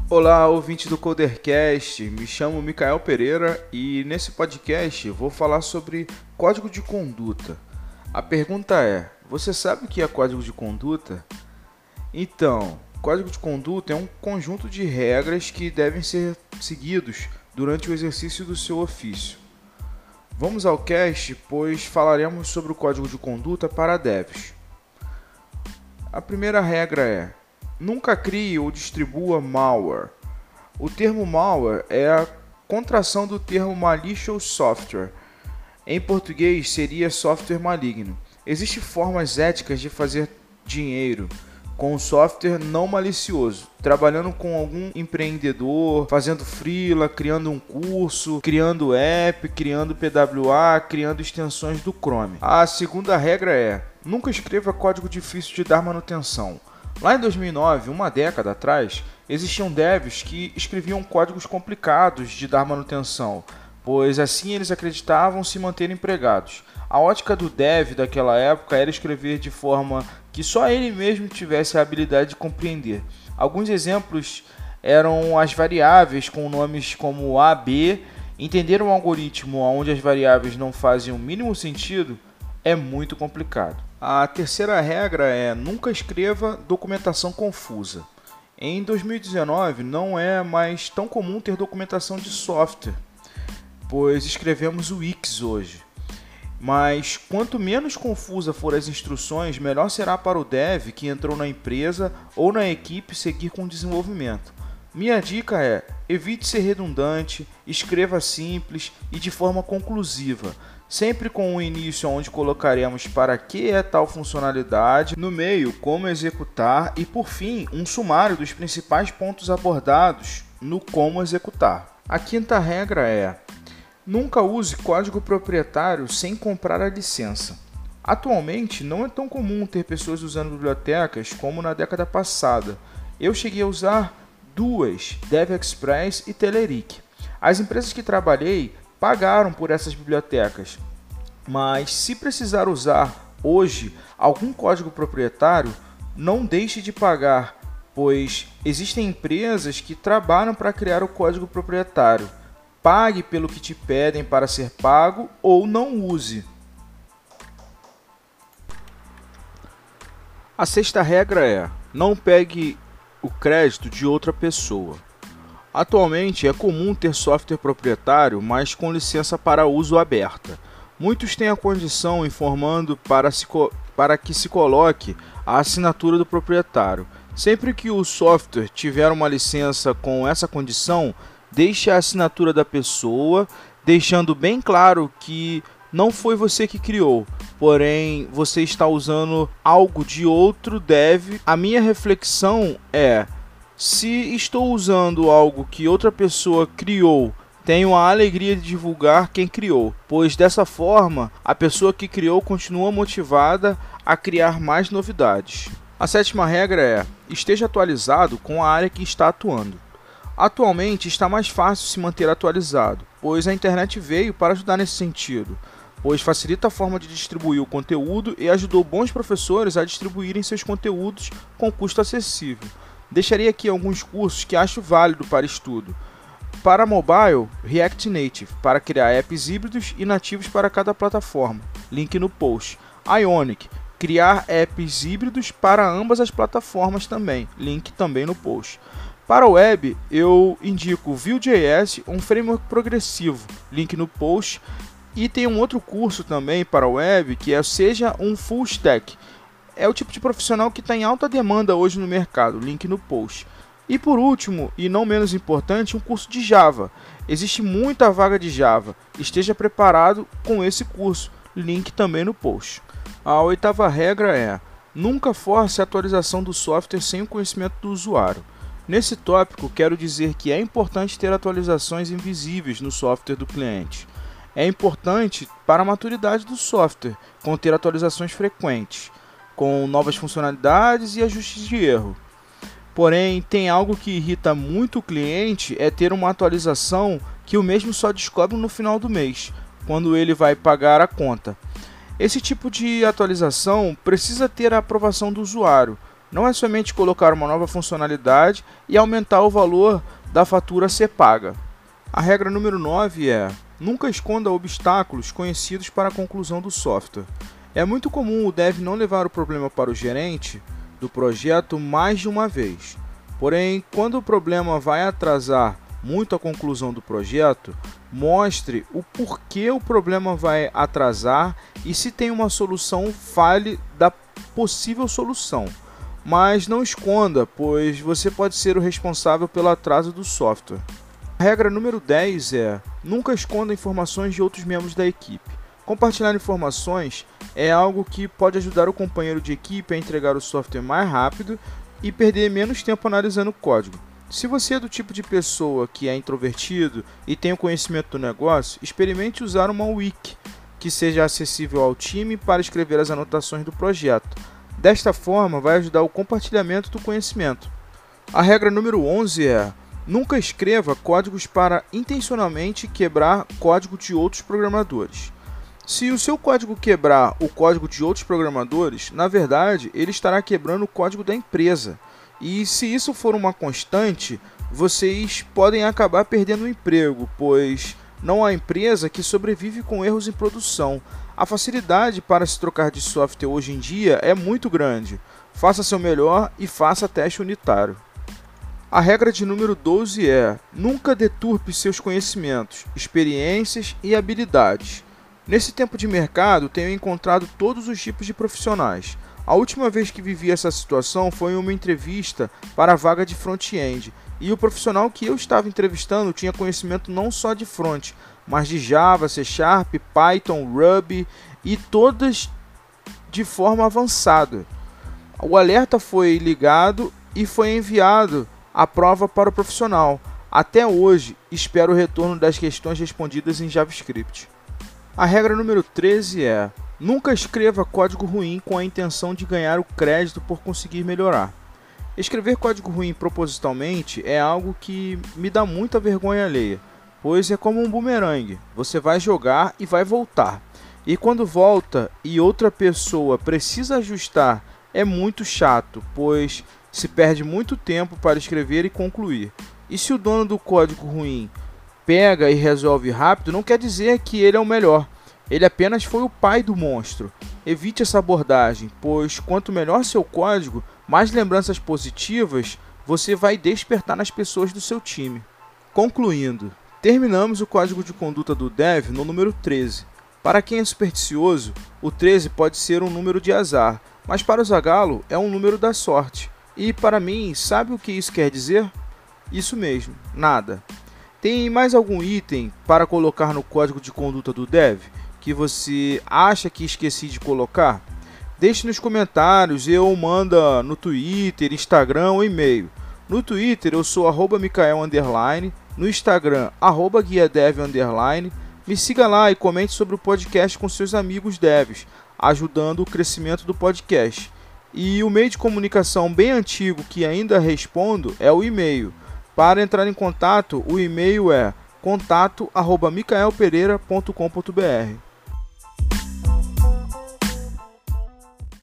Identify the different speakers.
Speaker 1: Olá, ouvinte do Codercast, me chamo Micael Pereira e nesse podcast vou falar sobre código de conduta. A pergunta é, você sabe o que é código de conduta? Então, código de conduta é um conjunto de regras que devem ser seguidos durante o exercício do seu ofício. Vamos ao cast, pois falaremos sobre o código de conduta para devs. A primeira regra é: nunca crie ou distribua malware. O termo malware é a contração do termo malicious software. Em português seria software maligno. Existem formas éticas de fazer dinheiro com software não malicioso, trabalhando com algum empreendedor, fazendo freela, criando um curso, criando app, criando PWA, criando extensões do Chrome. A segunda regra é: nunca escreva código difícil de dar manutenção. Lá em 2009, uma década atrás, existiam devs que escreviam códigos complicados de dar manutenção, pois assim eles acreditavam se manter empregados. A ótica do dev daquela época era escrever de forma que só ele mesmo tivesse a habilidade de compreender. Alguns exemplos eram as variáveis com nomes como A, B. Entender um algoritmo onde as variáveis não fazem o mínimo sentido é muito complicado. A terceira regra é: nunca escreva documentação confusa. Em 2019 não é mais tão comum ter documentação de software, pois escrevemos o Wix hoje. Mas quanto menos confusa for as instruções, melhor será para o dev que entrou na empresa ou na equipe seguir com o desenvolvimento. Minha dica é: evite ser redundante, escreva simples e de forma conclusiva, sempre com um início onde colocaremos para que é tal funcionalidade, no meio como executar e por fim um sumário dos principais pontos abordados no como executar. A quinta regra é: nunca use código proprietário sem comprar a licença. Atualmente não é tão comum ter pessoas usando bibliotecas como na década passada. Eu cheguei a usar duas, DevExpress e Telerik. As empresas que trabalhei pagaram por essas bibliotecas, mas se precisar usar hoje algum código proprietário, não deixe de pagar, pois existem empresas que trabalham para criar o código proprietário. Pague pelo que te pedem para ser pago ou não use. A sexta regra é: não pegue o crédito de outra pessoa. Atualmente é comum ter software proprietário, mas com licença para uso aberta. Muitos têm a condição informando para que se coloque a assinatura do proprietário. Sempre que o software tiver uma licença com essa condição, deixe a assinatura da pessoa, deixando bem claro que não foi você que criou, porém você está usando algo de outro dev. A minha reflexão é: se estou usando algo que outra pessoa criou, tenho a alegria de divulgar quem criou, pois dessa forma a pessoa que criou continua motivada a criar mais novidades. A sétima regra é: esteja atualizado com a área que está atuando. Atualmente está mais fácil se manter atualizado, pois a internet veio para ajudar nesse sentido, pois facilita a forma de distribuir o conteúdo e ajudou bons professores a distribuírem seus conteúdos com custo acessível. Deixarei aqui alguns cursos que acho válido para estudo. Para mobile, React Native, para criar apps híbridos e nativos para cada plataforma, link no post. Ionic, criar apps híbridos para ambas as plataformas também, link também no post. Para web, eu indico Vue.js, um framework progressivo, link no post. E tem um outro curso também para web, que é Seja um Full Stack. É o tipo de profissional que está em alta demanda hoje no mercado, link no post. E por último, e não menos importante, um curso de Java. Existe muita vaga de Java, esteja preparado com esse curso, link também no post. A oitava regra é: nunca force a atualização do software sem o conhecimento do usuário. Nesse tópico, quero dizer que é importante ter atualizações invisíveis no software do cliente. É importante para a maturidade do software conter atualizações frequentes, com novas funcionalidades e ajustes de erro. Porém, tem algo que irrita muito o cliente, é ter uma atualização que o mesmo só descobre no final do mês, quando ele vai pagar a conta. Esse tipo de atualização precisa ter a aprovação do usuário. Não é somente colocar uma nova funcionalidade e aumentar o valor da fatura a ser paga. A regra número 9 é: nunca esconda obstáculos conhecidos para a conclusão do software. É muito comum o dev não levar o problema para o gerente do projeto mais de uma vez. Porém, quando o problema vai atrasar muito a conclusão do projeto, mostre o porquê o problema vai atrasar e, se tem uma solução, fale da possível solução. Mas não esconda, pois você pode ser o responsável pelo atraso do software. A regra número 10 é: nunca esconda informações de outros membros da equipe. Compartilhar informações é algo que pode ajudar o companheiro de equipe a entregar o software mais rápido e perder menos tempo analisando o código. Se você é do tipo de pessoa que é introvertido e tem o conhecimento do negócio, experimente usar uma wiki que seja acessível ao time para escrever as anotações do projeto. Desta forma, vai ajudar o compartilhamento do conhecimento. A regra número 11 é: nunca escreva códigos para intencionalmente quebrar código de outros programadores. Se o seu código quebrar o código de outros programadores, na verdade, ele estará quebrando o código da empresa. E se isso for uma constante, vocês podem acabar perdendo o emprego, pois não há empresa que sobrevive com erros em produção. A facilidade para se trocar de software hoje em dia é muito grande. Faça seu melhor e faça teste unitário. A regra de número 12 é: nunca deturpe seus conhecimentos, experiências e habilidades. Nesse tempo de mercado, tenho encontrado todos os tipos de profissionais. A última vez que vivi essa situação foi em uma entrevista para a vaga de front-end, e o profissional que eu estava entrevistando tinha conhecimento não só de front, mas de Java, C#, Python, Ruby e todas de forma avançada. O alerta foi ligado e foi enviado a prova para o profissional. Até hoje, espero o retorno das questões respondidas em JavaScript. A regra número 13 é: nunca escreva código ruim com a intenção de ganhar o crédito por conseguir melhorar. Escrever código ruim propositalmente é algo que me dá muita vergonha alheia, pois é como um bumerangue, você vai jogar e vai voltar. E quando volta e outra pessoa precisa ajustar, é muito chato, pois se perde muito tempo para escrever e concluir. E se o dono do código ruim pega e resolve rápido, não quer dizer que ele é o melhor. Ele apenas foi o pai do monstro. Evite essa abordagem, pois quanto melhor seu código, mais lembranças positivas você vai despertar nas pessoas do seu time. Concluindo, terminamos o código de conduta do dev no número 13. Para quem é supersticioso, o 13 pode ser um número de azar, mas para o Zagallo é um número da sorte. E para mim, sabe o que isso quer dizer? Isso mesmo, nada. Tem mais algum item para colocar no código de conduta do dev que você acha que esqueci de colocar? Deixe nos comentários, eu mando no Twitter, Instagram ou e-mail. No Twitter eu sou @Micael_, no Instagram @guiadev_. Me siga lá e comente sobre o podcast com seus amigos devs, ajudando o crescimento do podcast. E o meio de comunicação bem antigo que ainda respondo é o e-mail. Para entrar em contato, o e-mail é contato@micaelpereira.com.br.